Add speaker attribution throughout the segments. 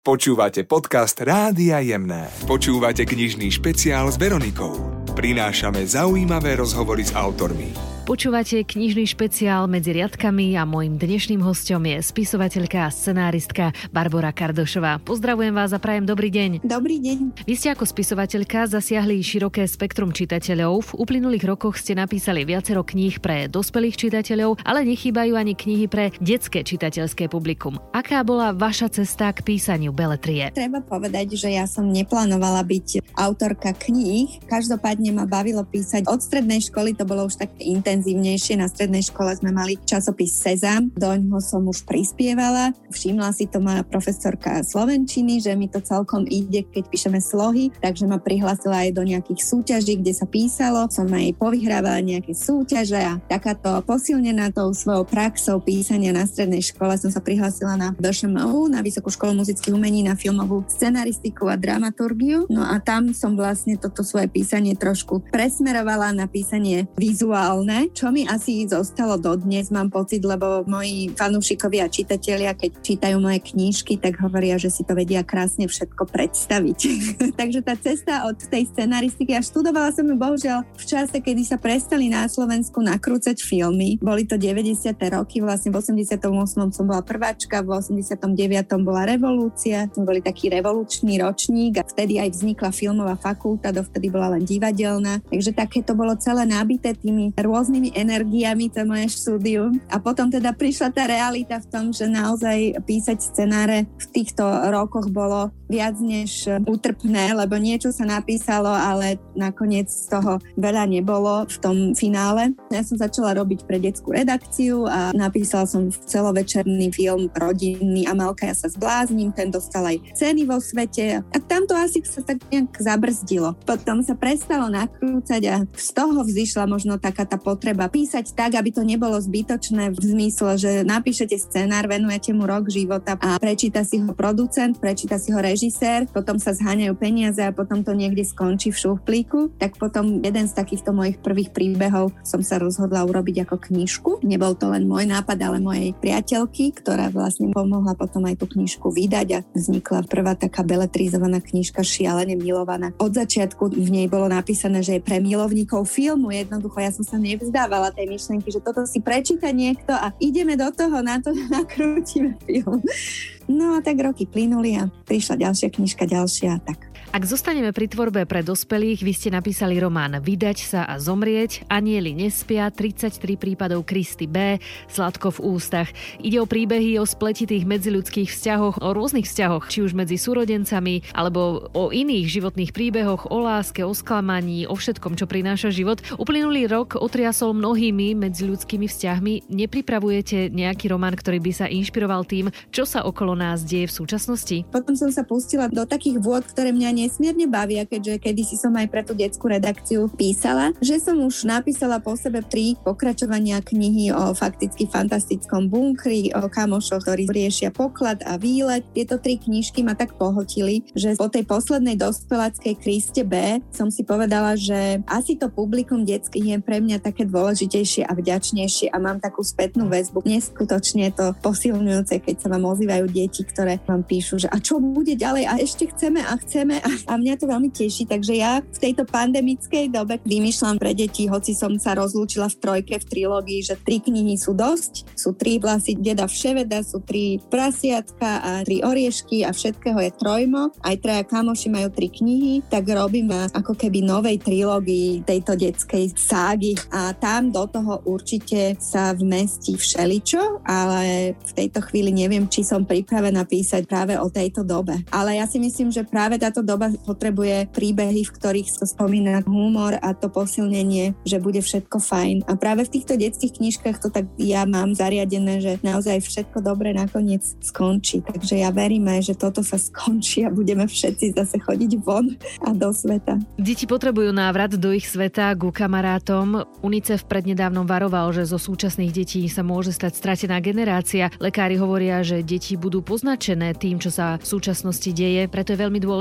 Speaker 1: Počúvate podcast Rádia Jemné. Počúvate knižný špeciál s Veronikou. Prinášame zaujímavé rozhovory s autormi.
Speaker 2: Počúvate knižný špeciál Medzi riadkami a mojím dnešným hosťom je spisovateľka a scenáristka Barbora Kardošová. Pozdravujem vás a prajem dobrý deň.
Speaker 3: Dobrý deň.
Speaker 2: Vy ste ako spisovateľka zasiahli široké spektrum čitateľov. V uplynulých rokoch ste napísali viacero kníh pre dospelých čitateľov, ale nechýbajú ani knihy pre detské čitateľské publikum. Aká bola vaša cesta k písaniu beletrie?
Speaker 3: Treba povedať, že ja som neplánovala byť autorka kníh. Každopádne ma bavilo písať. Od strednej školy to bolo už také intenzívnejšie. Na strednej škole sme mali časopis Sezam, doňho som už prispievala. Všimla si to moja profesorka slovenčiny, že mi to celkom ide, keď píšeme slohy, takže ma prihlásila aj do nejakých súťaží, kde sa písalo. Som aj povyhrávala nejaké súťaže a takáto posilnená tou svojou praxou písania na strednej škole som sa prihlásila na VŠMU, na Vysokú školu muzických umení, na filmovú scenaristiku a dramaturgiu. No a tam som vlastne toto svoje písanie trošku presmerovala na písanie vizuálne, čo mi asi zostalo dodnes, mám pocit, lebo moji fanúšikovia a čitatelia, keď čítajú moje knížky, tak hovoria, že si to vedia krásne všetko predstaviť. Takže tá cesta od tej scenaristiky, a študovala som ju bohužiaľ v čase, kedy sa prestali na Slovensku nakrúcať filmy. Boli to 90. roky, vlastne v 88. som bola prváčka, v 89. bola revolúcia, sme boli taký revolučný ročník a vtedy aj vznikla filmová fakulta, dovtedy bola len divadelná. Takže také to bolo celé nabité tými rôznymi energiami, to moje štúdium. A potom teda prišla tá realita v tom, že naozaj písať scenáre v týchto rokoch bolo viac než útrpné, lebo niečo sa napísalo, ale nakoniec z toho veľa nebolo v tom finále. Ja som začala robiť pre detskú redakciu a napísala som celovečerný film rodinný Amelka, ja sa zblázním, ten dostal aj ceny vo svete a tamto asi sa tak nejak zabrzdilo. Potom sa prestalo nakrúcať a z toho vzýšla možno taká tá potreba písať tak, aby to nebolo zbytočné v zmysle, že napíšete scenár, venujete mu rok života a prečíta si ho producent, prečíta si ho režisér, potom sa zháňajú peniaze a potom to niekde skončí v šuplíku. Tak potom jeden z takýchto mojich prvých príbehov som sa rozhodla urobiť ako knižku. Nebol to len môj nápad, ale mojej priateľky, ktorá vlastne pomohla potom aj tú knižku vydať a vznikla prvá taká beletrizovaná knižka Šialene milovaná. Od začiatku v nej bolo napísané, že je pre milovníkov filmu. Jednoducho ja som sa nevzdávala tej myšlienky, že toto si prečíta niekto a ideme do toho, na to nakrútime film. No a tak roky plynuli a prišla ďalšia knižka, ďalšia a tak.
Speaker 2: Ak zostaneme pri tvorbe pre dospelých, vy ste napísali román Vydať sa a zomrieť, Anieli nespia, 33 prípadov Kristy B, Sladko v ústach. Ide o príbehy o spletitých medziľudských vzťahoch, o rôznych vzťahoch, či už medzi súrodencami, alebo o iných životných príbehoch, o láske, o sklamaní, o všetkom, čo prináša život. Uplynulý rok otriasol mnohými medziľudskými vzťahmi. Nepripravujete nejaký román, ktorý by sa inšpiroval tým, čo sa okolo nás deje v súčasnosti?
Speaker 3: Potom som sa pustila do takých vôd, ktoré mňa nesmierne bavia, keďže kedysi som aj pre tú detskú redakciu písala, že som už napísala po sebe 3 pokračovania knihy o fakticky fantastickom bunkri, o kamošoch, ktorí riešia poklad a výlet. Tieto 3 knižky ma tak pohotili, že po tej poslednej dospeláckej Kriste B som si povedala, že asi to publikum detských je pre mňa také dôležitejšie a vďačnejšie a mám takú spätnú väzbu. Neskutočne je to posilňujúce, keď sa vám ozývajú deti, ktoré vám píšu, že a čo bude ďalej a ešte chceme a mňa to veľmi teší, takže ja v tejto pandemickej dobe vymýšľam pre deti, hoci som sa rozlúčila v 3, v trilógii, že 3 knihy sú dosť, sú 3 vlasy deda Vševeda, sú 3 prasiatka a 3 oriešky a všetkého je trojmo, aj 3 kamoši majú 3 knihy, tak robím ako keby novej trilógii tejto detskej ságy a tam do toho určite sa vmestí všeličo, ale v tejto chvíli neviem, či som pripravená písať práve o tejto dobe. Ale ja si myslím, že práve táto doba potrebuje príbehy, v ktorých sa spomína humor a to posilnenie, že bude všetko fajn. A práve v týchto detských knižkách to tak ja mám zariadené, že naozaj všetko dobre nakoniec skončí. Takže ja verím aj, že toto sa skončí a budeme všetci zase chodiť von a do sveta.
Speaker 2: Deti potrebujú návrat do ich sveta ku kamarátom. UNICEF prednedávnom varoval, že zo súčasných detí sa môže stať stratená generácia. Lekári hovoria, že deti budú poznačené tým, čo sa v súčasnosti deje. Preto je veľmi dôležité, aby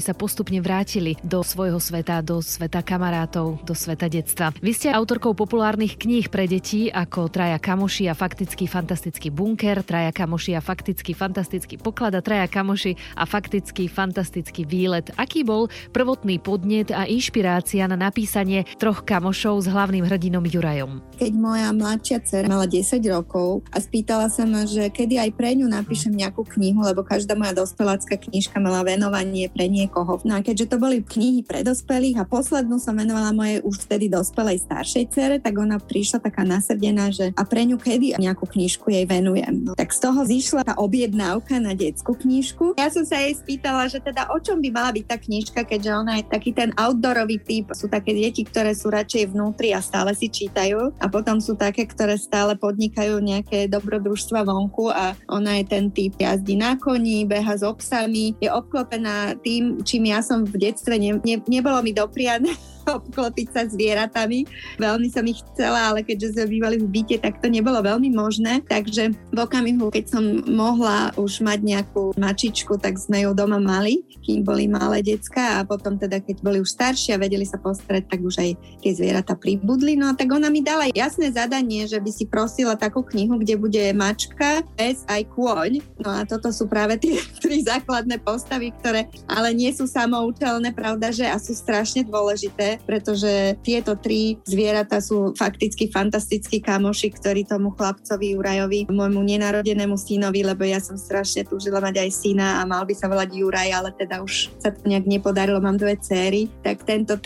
Speaker 2: sa postupne vrátili do svojho sveta, do sveta kamarátov, do sveta detstva. Vy ste autorkou populárnych kníh pre deti ako Traja kamoši a faktický fantastický bunker, Traja kamoši a faktický fantastický poklad a Traja kamoši a faktický fantastický výlet. Aký bol prvotný podnet a inšpirácia na napísanie Troch kamošov s hlavným hrdinom Jurajom?
Speaker 3: Keď moja mladšia dcera mala 10 rokov a spýtala sa ma, že kedy aj pre ňu napíšem nejakú knihu, lebo každá moja dospelácka knižka mala venovanie pre niekoho. No a keďže to boli knihy pre dospelých a poslednú som venovala mojej už vtedy dospelej staršej dcere, tak ona prišla taká nasrdená, že a pre ňu kedy nejakú knižku jej venujem. No, tak z toho zišla tá objednávka na detskú knižku. Ja som sa jej spýtala, že teda o čom by mala byť tá knižka, keďže ona je taký ten outdoorový typ. Sú také deti, ktoré sú radšej vnútri a stále si čítajú a potom sú také, ktoré stále podnikajú nejaké dobrodružstva vonku a ona je ten typ jazdí na koni, beha s obsami, je obklopená tým, čím ja som v detstve nebolo mi dopriané obklopiť sa zvieratami. Veľmi som ich chcela, ale keďže sme bývali v byte, tak to nebolo veľmi možné. Takže v okamihu, keď som mohla už mať nejakú mačičku, tak sme ju doma mali, kým boli malé decká a potom teda, keď boli už staršie a vedeli sa postarať, tak už aj tie zvieratá pribudli. No a tak ona mi dala jasné zadanie, že by si prosila takú knihu, kde bude mačka, pes aj kôň. No a toto sú práve tie tri základné postavy, ktoré ale nie sú samoučelné, pravda, že a sú strašne dôležité, pretože tieto tri zvieratá sú fakticky fantastickí kamoši, ktorí tomu chlapcovi Jurajovi, môjmu nenarodenému synovi, lebo ja som strašne túžila mať aj syna a mal by sa volať Juraj, ale teda už sa to nejak nepodarilo, mám 2 céry, tak tento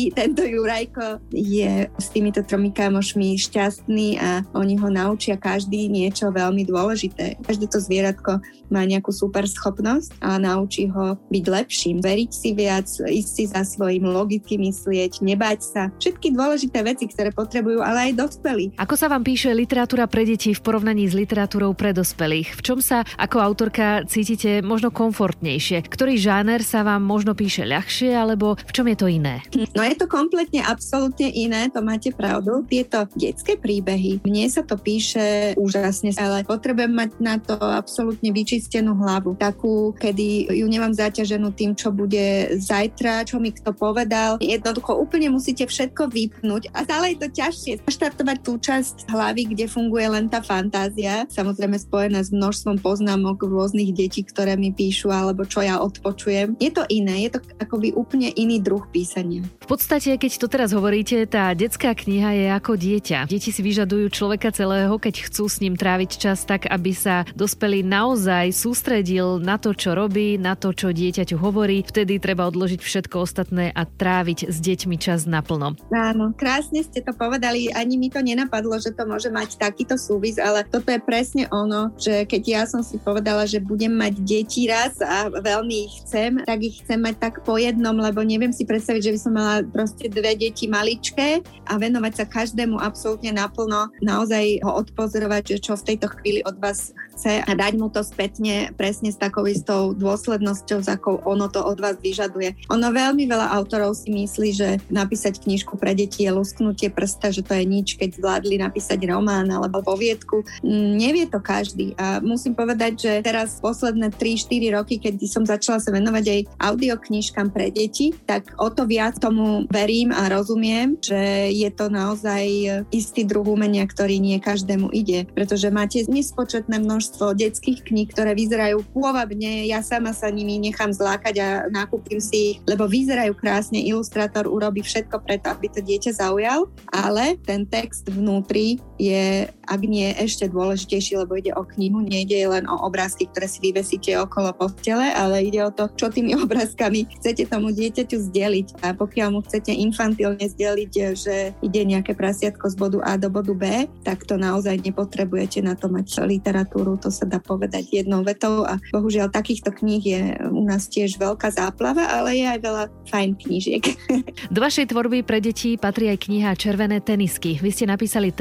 Speaker 3: Jurajko je s týmito 3 kamošmi šťastný a oni ho naučia každý niečo veľmi dôležité. Každé to zvieratko má nejakú super schopnosť a naučí ho byť lepším, veriť si viac, ísť si za svojím, logicky myslieť, nebať sa. Všetky dôležité veci, ktoré potrebujú, ale aj dospelí.
Speaker 2: Ako sa vám píše literatúra pre deti v porovnaní s literatúrou pre dospelých? V čom sa ako autorka cítite možno komfortnejšie? Ktorý žáner sa vám možno píše ľahšie, alebo v čom je to iné?
Speaker 3: No je to kompletne absolútne iné, to máte pravdu. Tieto detské príbehy, mne sa to píše úžasne, ale potrebujem mať na to absolútne vyčistenú hlavu. Takú, kedy ju nemám zaťaženú tým, čo bude zajtra, čo mi kto povedal. Jednoducho úplne musíte všetko vypnúť a stále je to ťažšie štartovať tú časť hlavy, kde funguje len tá fantázia, samozrejme spojená s množstvom poznámok rôznych detí, ktoré mi píšu alebo čo ja odpočujem. Je to iné, je to akoby úplne iný druh písania.
Speaker 2: V podstate, keď to teraz hovoríte, tá detská kniha je ako dieťa. Deti si vyžadujú človeka celého, keď chcú s ním tráviť čas tak, aby sa dospelý naozaj sústredil na to, čo robí, na to, čo dieťaťu hovorí. Vtedy treba odložiť všetko ostatné a tráviť s deťmi čas naplno.
Speaker 3: Áno, krásne ste to povedali, ani mi to nenapadlo, že to môže mať takýto súvis, ale toto je presne ono, že keď ja som si povedala, že budem mať deti raz a veľmi ich chcem, tak ich chcem mať tak po jednom, lebo neviem si predstaviť, že by som mala proste 2 deti maličké a venovať sa každému absolútne naplno, naozaj ho odpozorovať, že čo v tejto chvíli od vás chce a dať mu to spätne presne s takou istou dôslednosťou, za akou ono to od vás vyžaduje. Ono veľmi veľa autorov si myslí, že napísať knižku pre deti je lusknutie prsta, že to je nič, keď zvládli napísať román alebo poviedku. Nevie to každý a musím povedať, že teraz posledné 3-4 roky, keď som začala sa venovať aj audioknižkám pre deti, tak o to viac tomu verím a rozumiem, že je to naozaj istý druh umenia, ktorý nie každému ide, pretože máte nespočetné množstvo detských kníh, ktoré vyzerajú pôvabne, ja sama sa nimi nechám zlákať a nakúpim si ich, lebo vyzerajú krásne, ilustrátor urobí všetko preto, aby to dieťa zaujal, ale ten text vnútri je, ak nie ešte dôležitejší, lebo ide o knihu, nejde len o obrázky, ktoré si vyvesíte okolo postele, ale ide o to, čo tými obrázkami chcete tomu dieťaťu zdeliť. A pokiaľ mu chcete infantilne zdeliť, že ide nejaké prasiatko z bodu A do bodu B, tak to naozaj nepotrebujete na to mať literatúru, to sa dá povedať jednou vetou a bohužiaľ takýchto kníh je u nás tiež veľká záplava, ale je aj veľa fajn knížiek.
Speaker 2: Do vašej tvorby pre deti patrí aj kniha Červené tenisky. Vy ste napísali text a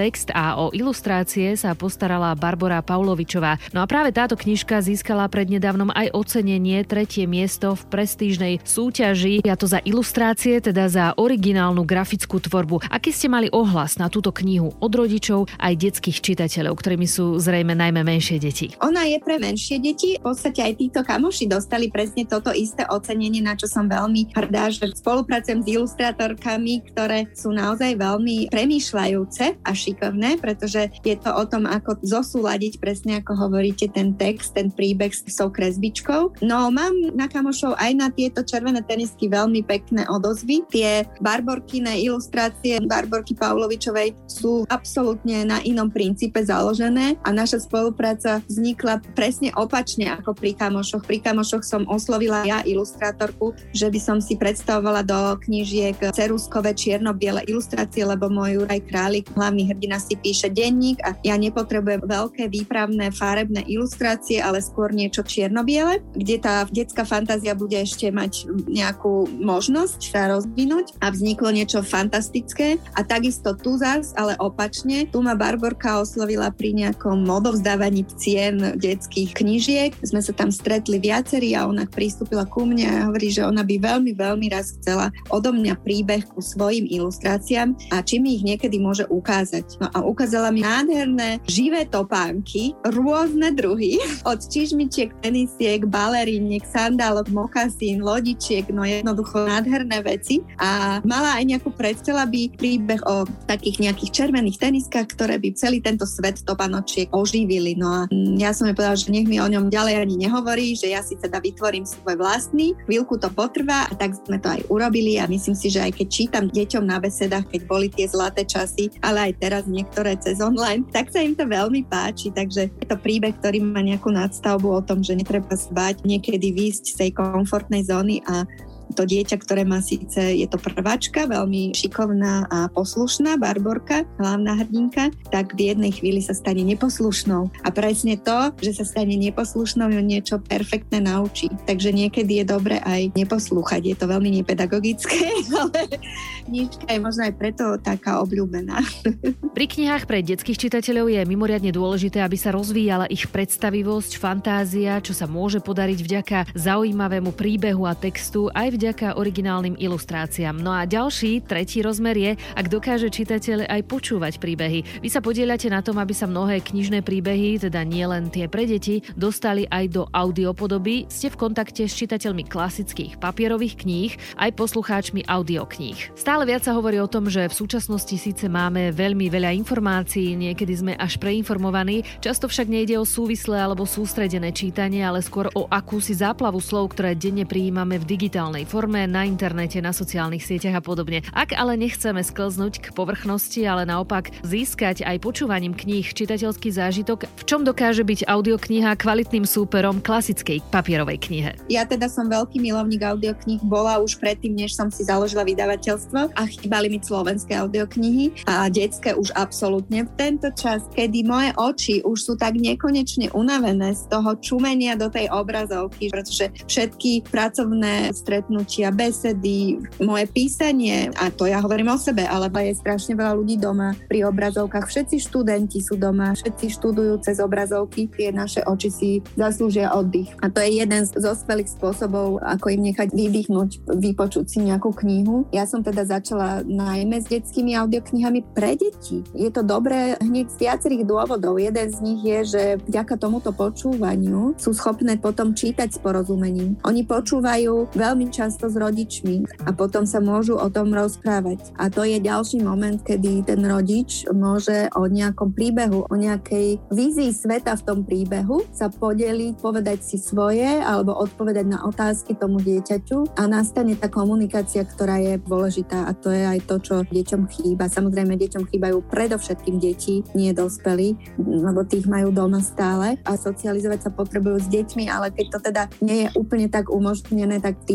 Speaker 2: a o ilustrácie sa postarala Barbora Paulovičová. No a práve táto knižka získala prednedávnom aj ocenenie 3. miesto v prestížnej súťaži, a to za ilustrácie, teda za originálnu grafickú tvorbu. Aký ste mali ohlas na túto knihu od rodičov aj detských čitateľov, ktorými sú zrejme najmä menšie deti?
Speaker 3: Ona je pre menšie deti. V podstate aj títo kamoši dostali presne toto isté ocenenie, na čo som veľmi hrdá, že spolupracujem s ilustrátorkami, ktoré sú naozaj veľmi premýšľajúce a šikovné, pretože je to o tom, ako zosúladiť presne, ako hovoríte, ten text, ten príbeh s tou kresbičkou. No mám na kamošov aj na tieto červené tenisky veľmi pekné odozvy. Tie Barborkine ilustrácie Barborky Paulovičovej sú absolútne na inom princípe založené a naša spolupráca vznikla presne opačne ako pri kamošoch. Pri kamošoch som oslovila ja ilustrátorku, že by som si predstavovala do knížiek ceruskové čierno-biele ilustrácie, lebo môj Juraj Králik, hlavný hrdina, si píše denník a ja nepotrebujem veľké výpravné farebné ilustrácie, ale skôr niečo čierno-biele, kde tá detská fantázia bude ešte mať nejakú možnosť sa rozvinúť a vzniklo niečo fantastické. A takisto tu zás, ale opačne, tu ma Barborka oslovila pri nejakom odovzdávaní cien detských knížiek. Sme sa tam stretli viacerí a ona pristúpila ku mne a hovorí, že ona by veľmi, veľmi raz chcela odo mňa príbeh ku svojim ilustráciám a či mi ich niekedy môže ukázať. No a ukázala mi nádherné živé topánky, rôzne druhy, od čižmičiek, tenisiek, baleríniek, sandálok, mokasín, lodičiek, no jednoducho nádherné veci. A mala aj nejakú predstavu, aby príbeh o takých nejakých červených teniskách, ktoré by celý tento svet topanočiek oživili. No a ja som jej povedala, že nech mi o ňom ďalej ani nehovorí, že ja si teda vytvorím svoj vlastný. Chvíľku to potrvá a tak sme to aj urobili a myslím si, že aj keď čítam deťom na besedách, keď boli tie zlaté časy, ale aj teraz niektoré cez online, tak sa im to veľmi páči. Takže je to príbeh, ktorý má nejakú nadstavbu o tom, že netreba sa báť niekedy výjsť z tej komfortnej zóny a to dieťa, ktoré má síce, je to prváčka, veľmi šikovná a poslušná, Barborka, hlavná hrdinka, tak v jednej chvíli sa stane neposlušnou. A presne to, že sa stane neposlušnou, ju niečo perfektné naučí. Takže niekedy je dobre aj neposlúchať. Je to veľmi nepedagogické, ale knižka je možno aj preto taká obľúbená.
Speaker 2: Pri knihách pre detských čitateľov je mimoriadne dôležité, aby sa rozvíjala ich predstavivosť, fantázia, čo sa môže podariť vďaka zaujímavému príbehu a textu, aj vďaka originálnym ilustráciám. No a ďalší, tretí rozmer je, ak dokáže čitateľ aj počúvať príbehy. Vy sa podieľate na tom, aby sa mnohé knižné príbehy, teda nie len tie pre deti, dostali aj do audiopodoby. Ste v kontakte s čitateľmi klasických papierových kníh, aj poslucháčmi audiokníh. Stále viac sa hovorí o tom, že v súčasnosti síce máme veľmi veľa informácií, niekedy sme až preinformovaní, často však nejde o súvislé alebo sústredené čítanie, ale skôr o akúsi záplavu slov, ktoré denne prijímame v digitálnej forme, na internete, na sociálnych sieťach a podobne. Ak ale nechceme sklznúť k povrchnosti, ale naopak získať aj počúvaním kníh čitateľský zážitok, v čom dokáže byť audiokniha kvalitným súperom klasickej papierovej knihe?
Speaker 3: Ja teda som veľký milovník audiokníh, bola už predtým, než som si založila vydavateľstvo a chýbali mi slovenské audioknihy a detské už absolútne. V tento čas, kedy moje oči už sú tak nekonečne unavené z toho čumenia do tej obrazovky, pretože všetky pracovné stretnutia, besedy, moje písanie, a to ja hovorím o sebe, ale je strašne veľa ľudí doma pri obrazovkách. Všetci študenti sú doma, všetci študujú cez obrazovky, tie naše oči si zaslúžia oddych. A to je jeden zo skvelých spôsobov, ako im nechať vydýchnuť, vypočuť si nejakú knihu. Ja som teda začala najmä s detskými audioknihami pre deti. Je to dobré hneď z viacerých dôvodov. Jeden z nich je, že vďaka tomuto počúvaniu sú schopné potom čítať s porozumením. Oni počúvajú veľmi často s rodičmi a potom sa môžu o tom rozprávať. A to je ďalší moment, kedy ten rodič môže o nejakom príbehu, o nejakej vízii sveta v tom príbehu sa podeliť, povedať si svoje alebo odpovedať na otázky tomu dieťaťu a nastane tá komunikácia, ktorá je dôležitá, a to je aj to, čo deťom chýba. Samozrejme, deťom chýbajú predovšetkým deti, nie dospelí, lebo tých majú doma stále a socializovať sa potrebujú s deťmi, ale keď to teda nie je úplne tak umožnené, tak v tých detských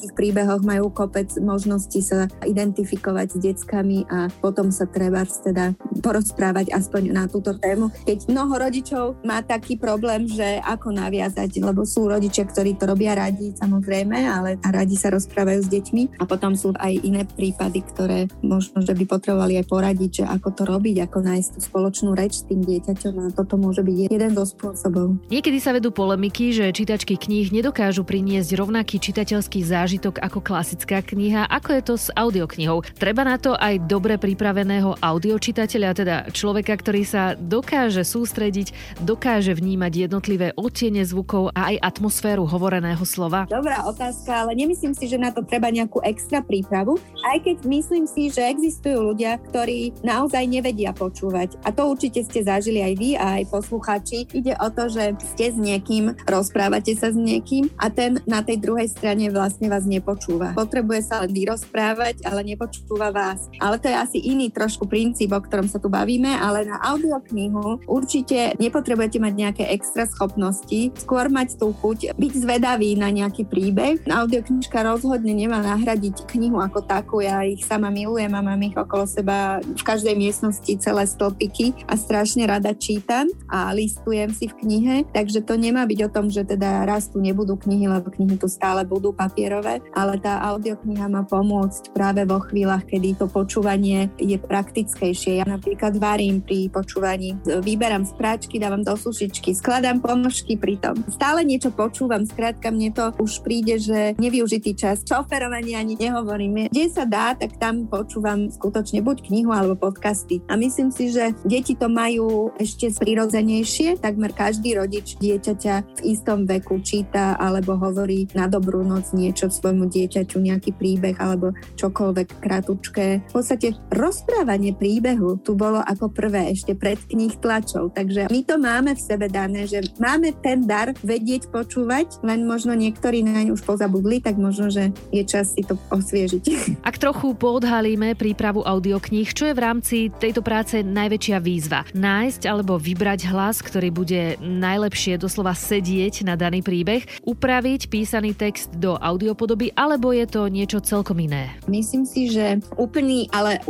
Speaker 3: tých príbehoch majú kopec možností sa identifikovať s deckami a potom sa treba teda porozprávať aspoň na túto tému. Keď mnoho rodičov má taký problém, že ako naviazať, lebo sú rodičia, ktorí to robia radi, samozrejme, ale radi sa rozprávajú s deťmi a potom sú aj iné prípady, ktoré možno, že by potrebovali aj poradiť, že ako to robiť, ako nájsť tú spoločnú reč s tým dieťaťom a toto môže byť jeden zo spôsobov.
Speaker 2: Niekedy sa vedú polemiky, že čítačky kníh nedokážu priniesť rovnaký čitateľský zážitok ako klasická kniha. Ako je to s audioknihou? Treba na to aj dobre pripraveného audiočitateľa, teda človeka, ktorý sa dokáže sústrediť, dokáže vnímať jednotlivé odtiene zvukov a aj atmosféru hovoreného slova?
Speaker 3: Dobrá otázka, ale nemyslím si, že na to treba nejakú extra prípravu, aj keď myslím si, že existujú ľudia, ktorí naozaj nevedia počúvať. A to určite ste zažili aj vy a aj poslucháči. Ide o to, že ste s niekým, rozprávate sa s niekým a ten na tej druhej strane vlastne vás nepočúva. Potrebuje sa len vyrozprávať, ale nepočúva vás. Ale to je asi iný trošku princíp, o ktorom sa tu bavíme, ale na audioknihu určite nepotrebujete mať nejaké extra schopnosti, skôr mať tú chuť, byť zvedavý na nejaký príbeh. Audioknižka rozhodne nemá nahradiť knihu ako takú. Ja ich sama milujem a mám ich okolo seba v každej miestnosti celé stĺpiky a strašne rada čítam a listujem si v knihe, takže to nemá byť o tom, že teda raz tu nebudú knihy, lebo knihy tu stále budú papierové, ale tá audiokniha má pomôcť práve vo chvíľach, kedy to počúvanie je praktickejšie. Ja napríklad varím pri počúvaní, vyberám z práčky, dávam do sušičky, skladám ponožky pri tom. Stále niečo počúvam, skrátka mne to už príde, že nevyužitý čas. Šoferovanie ani nehovorím. Kde sa dá, tak tam počúvam skutočne buď knihu alebo podcasty. A myslím si, že deti to majú ešte prirodzenejšie. Takmer každý rodič dieťaťa v istom veku číta alebo hovorí na dobrú noc niečo svojmu dieťaťu, nejaký príbeh alebo čokoľvek kratučké. V podstate rozprávanie príbehu tu bolo ako prvé ešte pred kníh tlačov. Takže my to máme v sebe dané, že máme ten dar vedieť počúvať, len možno niektorí naň už pozabudli, tak možno, že je čas si to osviežiť.
Speaker 2: Ak trochu poodhalíme prípravu audiokníh, čo je v rámci tejto práce najväčšia výzva? Nájsť alebo vybrať hlas, ktorý bude najlepšie doslova sedieť na daný príbeh, upraviť písaný text do audiopodoby, alebo je to niečo celkom iné?
Speaker 3: Myslím si, že úplný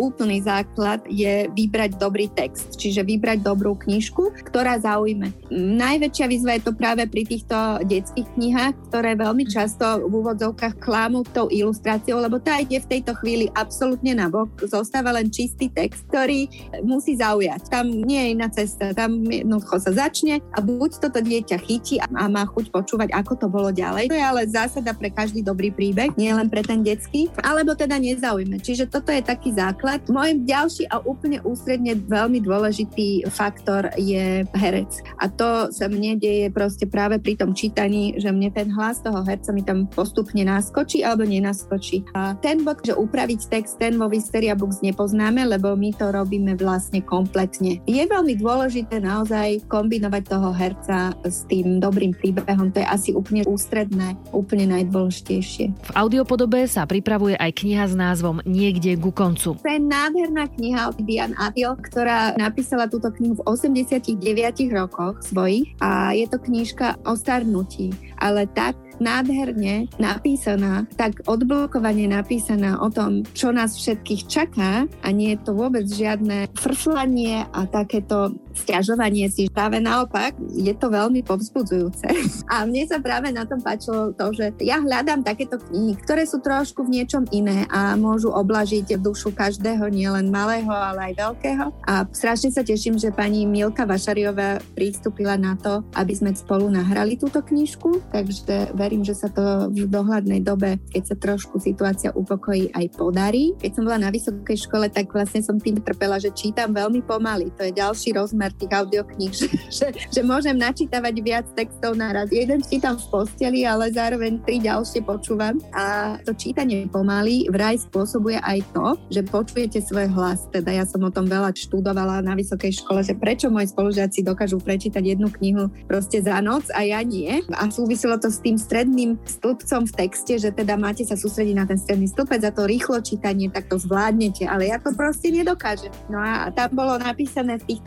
Speaker 3: základ je vybrať dobrý text, čiže vybrať dobrú knižku, ktorá zaujme. Najväčšia výzva je to práve pri týchto detských knihách, ktoré veľmi často v úvodzovkách klamú tou ilustráciou, lebo tá ide v tejto chvíli absolútne nabok. Zostáva len čistý text, ktorý musí zaujať. Tam nie je iná cesta, tam jednoducho sa začne a buď toto dieťa chytí a má chuť počúvať, ako to bolo ďalej. To je ale zásada pre každý dobrý príbeh, nie len pre ten detský, alebo teda nezaujme. Čiže toto je taký základ. Môj ďalší a úplne ústredne veľmi dôležitý faktor je herec. A to sa mne deje proste práve pri tom čítaní, že mne ten hlas toho herca mi tam postupne naskočí alebo nenaskočí. A ten bod, že upraviť text, ten vo Wisteria Books nepoznáme, lebo my to robíme vlastne kompletne. Je veľmi dôležité naozaj kombinovať toho herca s tým dobrým príbehom. To je asi úplne ústredné, úplne najdôležitejšie.
Speaker 2: V audiopodobe sa pripravuje aj kniha s názvom Niekde ku koncu.
Speaker 3: To je nádherná kniha od Diane Adio, ktorá napísala túto knihu v 89 rokoch svojich a je to knižka o starnutí, ale tak nádherne napísaná, tak odblokovane napísaná o tom, čo nás všetkých čaká a nie je to vôbec žiadne frflanie a takéto sťažovanie si. Práve naopak, je to veľmi povzbudzujúce. A mne sa práve na tom páčilo to, že ja hľadám takéto knihy, ktoré sú trošku v niečom iné a môžu oblažiť dušu každého, nielen malého, ale aj veľkého. A strašne sa teším, že pani Milka Vašariová pristúpila na to, aby sme spolu nahrali túto knižku, takže verím, že sa to v dohľadnej dobe, keď sa trošku situácia upokojí, aj podarí. Keď som bola na vysokej škole, tak vlastne som tým trpela, že čítam veľmi pomaly. To je ďalší rozmer tých audiokníh, že môžem načítavať viac textov naraz. Jeden čítam v posteli, ale zároveň 3 ďalšie počúvam. A to čítanie pomaly vraj spôsobuje aj to, že počujete svoj hlas. Teda ja som o tom veľa študovala na vysokej škole, že prečo moji spolužiaci dokážu prečítať jednu knihu proste za noc a ja nie. A súviselo to s tým stredným stĺpcom v texte, že teda máte sa sústrediť na ten stredný stĺpec a to rýchlo čítanie, tak to zvládnete, ale ja to proste nedokážem. No a tam bolo napísané v týchto múdrych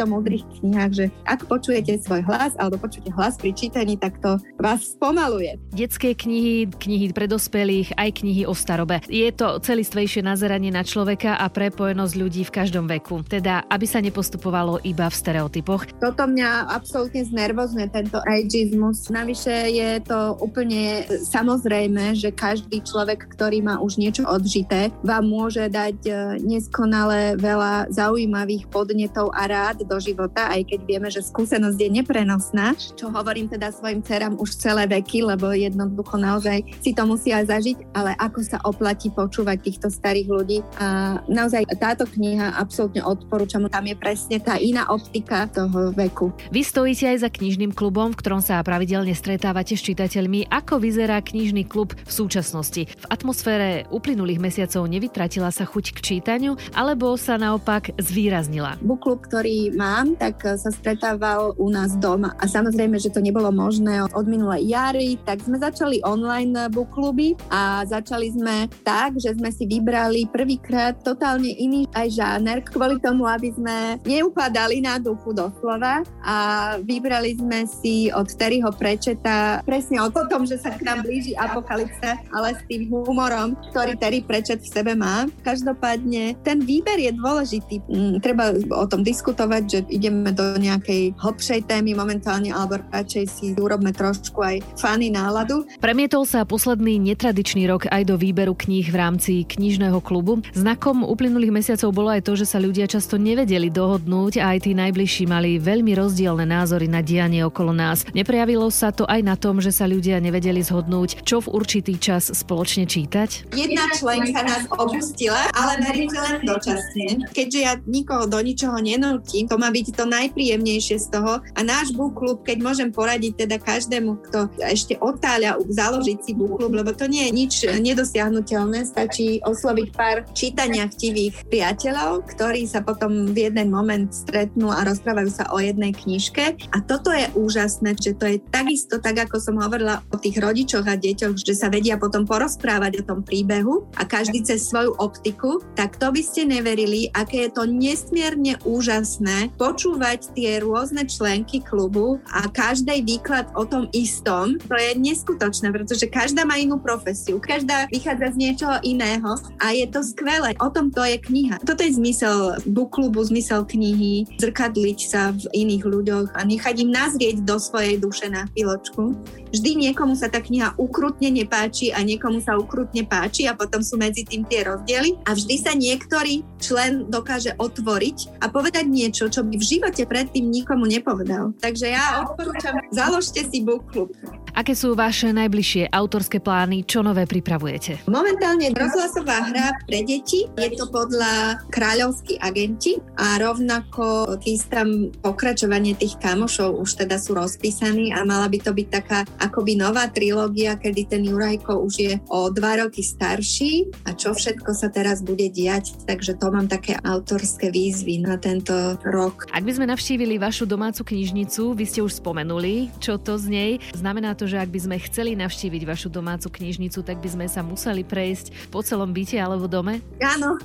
Speaker 3: tých knihách, že ak počujete svoj hlas alebo počujete hlas pri čítaní, tak to vás spomaluje.
Speaker 2: Detské knihy, knihy pre dospelých, aj knihy o starobe. Je to celistvejšie nazeranie na človeka a prepojenosť ľudí v každom veku. Teda, aby sa nepostupovalo iba v stereotypoch.
Speaker 3: Toto mňa absolútne znervozňuje, tento ageizmus. Navyše je to úplne samozrejme, že každý človek, ktorý má už niečo odžité, vám môže dať neskonale veľa zaujímavých podnetov a rád do života, aj keď vieme, že skúsenosť je neprenosná, čo hovorím teda svojim dcerám už celé veky, lebo jednoducho naozaj si to musia zažiť, ale ako sa oplatí počúvať týchto starých ľudí. A naozaj táto kniha absolútne odporúčam, tam je presne tá iná optika toho veku.
Speaker 2: Vy stojíte aj za knižným klubom, v ktorom sa pravidelne stretávate s čitateľmi. Ako vyzerá knižný klub v súčasnosti? V atmosfére uplynulých mesiacov nevytratila sa chuť k čítaniu, alebo sa naopak zvýraznila?
Speaker 3: Book klub, ktorý mám, tak sa stretával u nás doma. A samozrejme, že to nebolo možné od minulej jary, tak sme začali online book kluby a začali sme tak, že sme si vybrali prvýkrát totálne iný aj žáner, kvôli tomu, aby sme neupadali na duchu doslova, a vybrali sme si od Terryho Pratchetta presne o tom, že sa k nám blíži apokalypsa, ale s tým humorom, ktorý Terry Pratchett v sebe má. Každopádne ten výber je dôležitý. Treba o tom diskutovať, že ideme do nejakej hlbšej témy momentálne, alebo radšej si urobme trošku aj funny náladu.
Speaker 2: Premietol sa posledný netradičný rok aj do výberu kníh v rámci knižného klubu. Znakom uplynulých mesiacov bolo aj to, že sa ľudia často nevedeli dohodnúť a aj tí najbližší mali veľmi rozdielne názory na dianie okolo nás. Neprejavilo sa to aj na tom, že sa ľudia nevedeli zhodnúť, čo v určitý čas spoločne čítať?
Speaker 3: Jedna členka nás opustila, ale verím, že len dočasne. Keďže ja nikoho do ničoho nenútim, to má byť to najpríjemnejšie z toho. A náš book klub, keď môžem poradiť teda každému, kto ešte otáľa založiť si book klub, lebo to nie je nič nedosiahnuteľné, stačí osloviť pár čítania chtivých priateľov, ktorí sa potom v jeden moment stretnú a rozprávajú sa o jednej knižke. A toto je úžasné, že to je takisto tak, ako som hovorila o tých rodičoch a deťoch, že sa vedia potom porozprávať o tom príbehu a každý cez svoju optiku, tak to by ste neverili, aké je to nesmierne úžasné počúvať tie rôzne členky klubu a každý výklad o tom istom. To je neskutočné, pretože každá má inú profesiu, každá vychádza z niečoho iného a je to skvelé. O tom to je kniha. Toto je zmysel book klubu, zmysel knihy, zrkadliť sa v iných ľuďoch a nechať im nazrieť do svojej duše na chvíľočku. Vždy niekomu sa tá kniha ukrutne nepáči a niekomu sa ukrutne páči a potom sú medzi tým tie rozdiely a vždy sa niektorý člen dokáže otvoriť a povedať niečo, čo by v živote predtým nikomu nepovedal. Takže ja odporúčam, založte si book klub.
Speaker 2: Aké sú vaše najbližšie autorské plány? Čo nové pripravujete?
Speaker 3: Momentálne rozhlasová hra pre deti. Je to podľa Kráľovskí agenti a rovnako chystám pokračovanie tých kamošov. Už teda sú rozpísaní a mala by to byť taká akoby nová trilógia, kedy ten Jurajko už je o 2 roky starší a čo všetko sa teraz bude diať. Takže to mám také autorské výzvy na tento rok.
Speaker 2: Ak by sme navštívili vašu domácu knižnicu, vy ste už spomenuli, čo to z nej. Znamená to, že ak by sme chceli navštíviť vašu domácu knižnicu, tak by sme sa museli prejsť po celom byte alebo dome?
Speaker 3: Áno.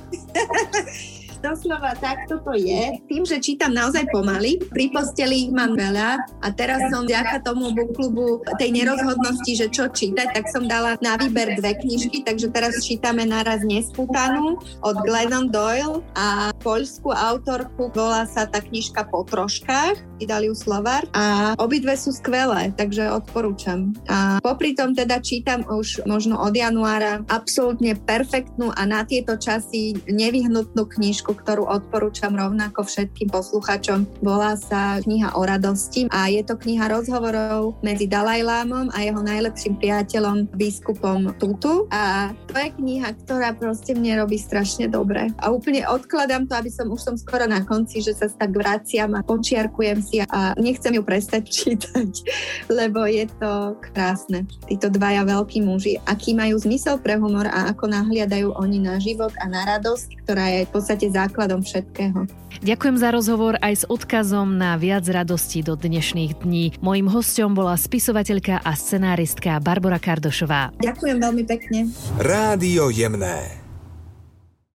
Speaker 3: Doslova takto to je. Tým, že čítam naozaj pomaly, pri posteli ich mám veľa a teraz som vďaka tomu book klubu tej nerozhodnosti, že čo čítať, tak som dala na výber 2 knižky, takže teraz čítame naraz Nespútanú od Glennon Doyle a poľskú autorku, volá sa tá knižka Po troškách, vydali ju Slovár a obidve sú skvelé, takže odporúčam. A popri tom teda čítam už možno od januára absolútne perfektnú a na tieto časy nevyhnutnú knižku, ktorú odporúčam rovnako všetkým posluchačom. Volá sa Kniha o radosti a je to kniha rozhovorov medzi Dalajlámom a jeho najlepším priateľom biskupom Tutu a to je kniha, ktorá proste mne robí strašne dobre. A úplne odkladám to, aby som už som skoro na konci, že sa tak vraciam a počiarkujem si a nechcem ju prestať čítať, lebo je to krásne. Títo dvaja veľkí muži, aký majú zmysel pre humor a ako nahliadajú oni na život a na radosť, ktorá je v podstate základom všetkého.
Speaker 2: Ďakujem za rozhovor aj s odkazom na viac radosti do dnešných dní. Mojím hosťom bola spisovateľka a scenáristka Barbora Kardošová.
Speaker 3: Ďakujem veľmi pekne.
Speaker 1: Rádio Jemné.